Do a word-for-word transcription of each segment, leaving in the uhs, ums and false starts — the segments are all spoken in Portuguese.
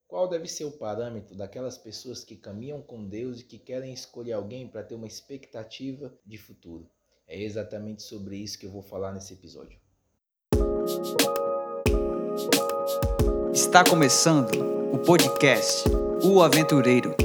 Qual deve ser o parâmetro daquelas pessoas que caminham com Deus e que querem escolher alguém para ter uma expectativa de futuro? É exatamente sobre isso que eu vou falar nesse episódio. Está começando o podcast O Aventureiro.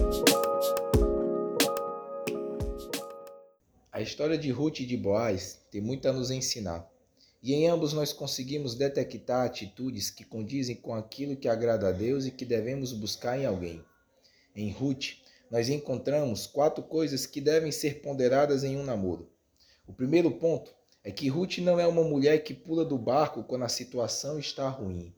A história de Ruth e de Boaz tem muito a nos ensinar. E em ambos nós conseguimos detectar atitudes que condizem com aquilo que agrada a Deus e que devemos buscar em alguém. Em Ruth, nós encontramos quatro coisas que devem ser ponderadas em um namoro. O primeiro ponto é que Ruth não é uma mulher que pula do barco quando a situação está ruim.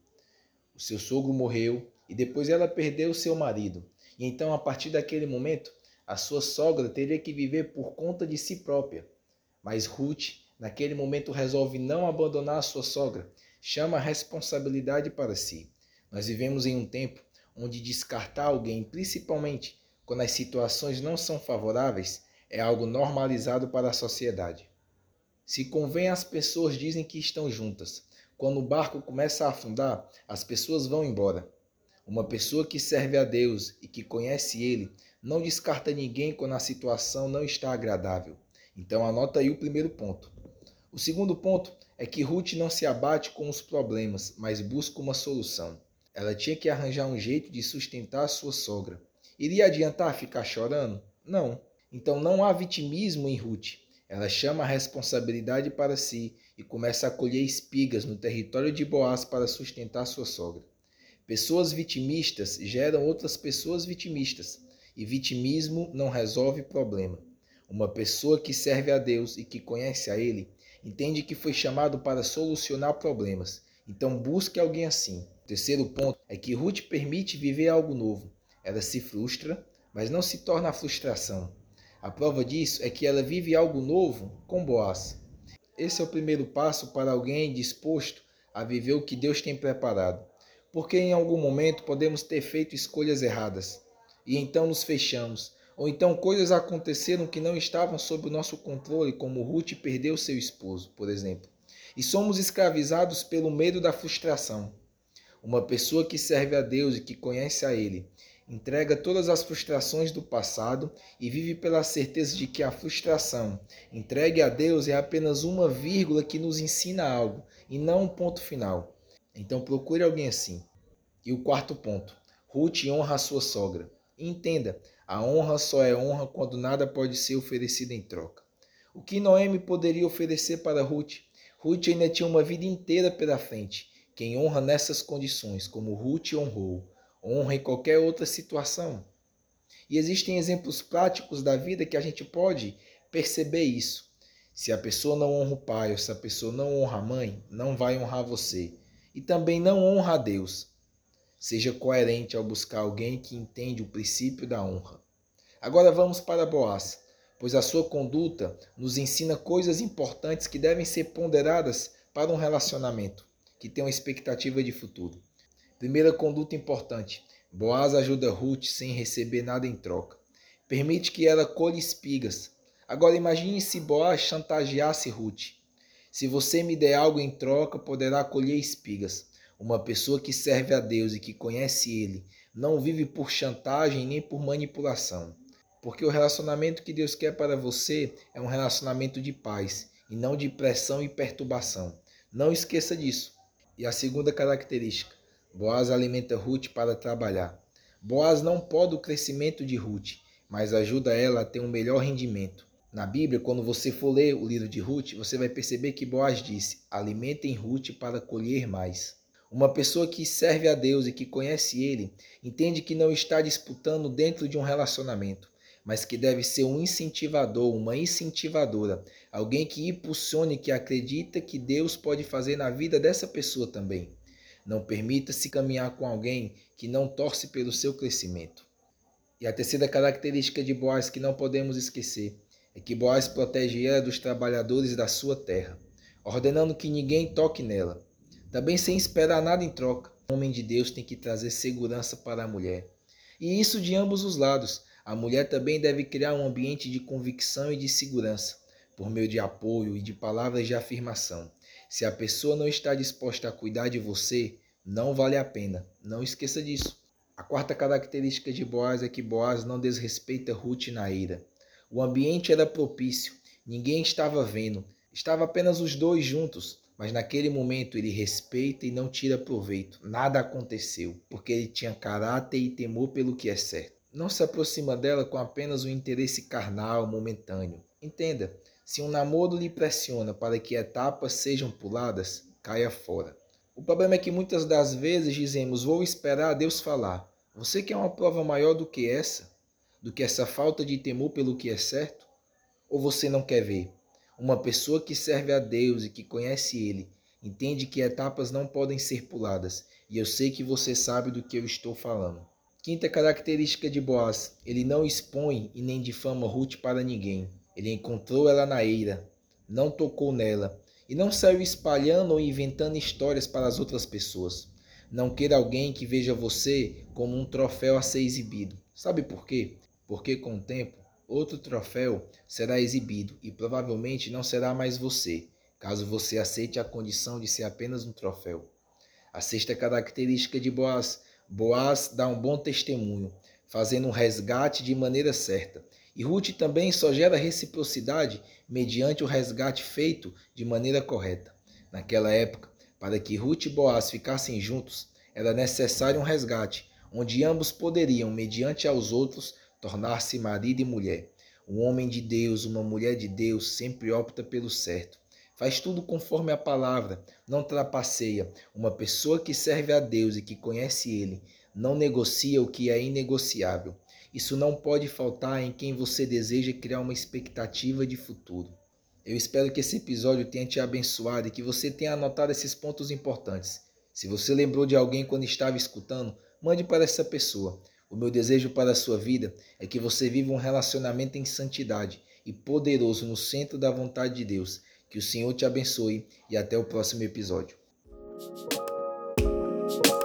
O seu sogro morreu e depois ela perdeu seu marido. E então, a partir daquele momento, a sua sogra teria que viver por conta de si própria. Mas Ruth, naquele momento, resolve não abandonar a sua sogra, chama a responsabilidade para si. Nós vivemos em um tempo onde descartar alguém, principalmente quando as situações não são favoráveis, é algo normalizado para a sociedade. Se convém, as pessoas dizem que estão juntas. Quando o barco começa a afundar, as pessoas vão embora. Uma pessoa que serve a Deus e que conhece Ele não descarta ninguém quando a situação não está agradável. Então anota aí o primeiro ponto. O segundo ponto é que Ruth não se abate com os problemas, mas busca uma solução. Ela tinha que arranjar um jeito de sustentar a sua sogra. Iria adiantar ficar chorando? Não. Então não há vitimismo em Ruth. Ela chama a responsabilidade para si e começa a colher espigas no território de Boaz para sustentar sua sogra. Pessoas vitimistas geram outras pessoas vitimistas, e vitimismo não resolve problema. Uma pessoa que serve a Deus e que conhece a Ele, entende que foi chamado para solucionar problemas, então busque alguém assim. O terceiro ponto é que Ruth permite viver algo novo. Ela se frustra, mas não se torna a frustração. A prova disso é que ela vive algo novo com Boaz. Esse é o primeiro passo para alguém disposto a viver o que Deus tem preparado. Porque em algum momento podemos ter feito escolhas erradas e então nos fechamos. Ou então coisas aconteceram que não estavam sob o nosso controle, como Ruth perdeu seu esposo, por exemplo. E somos escravizados pelo medo da frustração. Uma pessoa que serve a Deus e que conhece a Ele, entrega todas as frustrações do passado e vive pela certeza de que a frustração entregue a Deus é apenas uma vírgula que nos ensina algo e não um ponto final. Então procure alguém assim. E o quarto ponto, Ruth honra a sua sogra. E entenda, a honra só é honra quando nada pode ser oferecido em troca. O que Noemi poderia oferecer para Ruth? Ruth ainda tinha uma vida inteira pela frente. Quem honra nessas condições, como Ruth honrou, honra em qualquer outra situação. E existem exemplos práticos da vida que a gente pode perceber isso. Se a pessoa não honra o pai ou se a pessoa não honra a mãe, não vai honrar você. E também não honra a Deus. Seja coerente ao buscar alguém que entende o princípio da honra. Agora vamos para Boaz, pois a sua conduta nos ensina coisas importantes que devem ser ponderadas para um relacionamento que tem uma expectativa de futuro. Primeira conduta importante: Boaz ajuda Ruth sem receber nada em troca. Permite que ela colhe espigas. Agora imagine se Boaz chantageasse Ruth. Se você me der algo em troca, poderá colher espigas. Uma pessoa que serve a Deus e que conhece Ele não vive por chantagem nem por manipulação. Porque o relacionamento que Deus quer para você é um relacionamento de paz e não de pressão e perturbação. Não esqueça disso. E a segunda característica: Boaz alimenta Ruth para trabalhar. Boaz não pode o crescimento de Ruth, mas ajuda ela a ter um melhor rendimento. Na Bíblia, quando você for ler o livro de Ruth, você vai perceber que Boaz disse: alimentem Ruth para colher mais. Uma pessoa que serve a Deus e que conhece Ele, entende que não está disputando dentro de um relacionamento, mas que deve ser um incentivador, uma incentivadora, alguém que impulsione, que acredita que Deus pode fazer na vida dessa pessoa também. Não permita-se caminhar com alguém que não torce pelo seu crescimento. E a terceira característica de Boaz que não podemos esquecer é que Boaz protege ela dos trabalhadores da sua terra, ordenando que ninguém toque nela, também sem esperar nada em troca. O homem de Deus tem que trazer segurança para a mulher. E isso de ambos os lados. A mulher também deve criar um ambiente de convicção e de segurança, por meio de apoio e de palavras de afirmação. Se a pessoa não está disposta a cuidar de você, não vale a pena. Não esqueça disso. A quarta característica de Boaz é que Boaz não desrespeita Ruth na ira. O ambiente era propício, ninguém estava vendo, estava apenas os dois juntos, mas naquele momento ele respeita e não tira proveito. Nada aconteceu, porque ele tinha caráter e temor pelo que é certo. Não se aproxima dela com apenas um interesse carnal, momentâneo. Entenda, se um namoro lhe pressiona para que etapas sejam puladas, caia fora. O problema é que muitas das vezes dizemos, vou esperar Deus falar. Você quer uma prova maior do que essa? Do que essa falta de temor pelo que é certo? Ou você não quer ver? Uma pessoa que serve a Deus e que conhece Ele, entende que etapas não podem ser puladas. E eu sei que você sabe do que eu estou falando. Quinta característica de Boaz, ele não expõe e nem difama Ruth para ninguém. Ele encontrou ela na eira, não tocou nela e não saiu espalhando ou inventando histórias para as outras pessoas. Não queira alguém que veja você como um troféu a ser exibido. Sabe por quê? Porque com o tempo, outro troféu será exibido e provavelmente não será mais você, caso você aceite a condição de ser apenas um troféu. A sexta característica de Boaz, Boaz dá um bom testemunho, fazendo um resgate de maneira certa. E Ruth também só gera reciprocidade mediante o resgate feito de maneira correta. Naquela época, para que Ruth e Boaz ficassem juntos, era necessário um resgate, onde ambos poderiam, mediante aos outros, tornar-se marido e mulher. Um homem de Deus, uma mulher de Deus, sempre opta pelo certo. Faz tudo conforme a palavra, não trapaceia. Uma pessoa que serve a Deus e que conhece Ele, não negocia o que é inegociável. Isso não pode faltar em quem você deseja criar uma expectativa de futuro. Eu espero que esse episódio tenha te abençoado e que você tenha anotado esses pontos importantes. Se você lembrou de alguém quando estava escutando, mande para essa pessoa. O meu desejo para a sua vida é que você viva um relacionamento em santidade e poderoso no centro da vontade de Deus. Que o Senhor te abençoe e até o próximo episódio.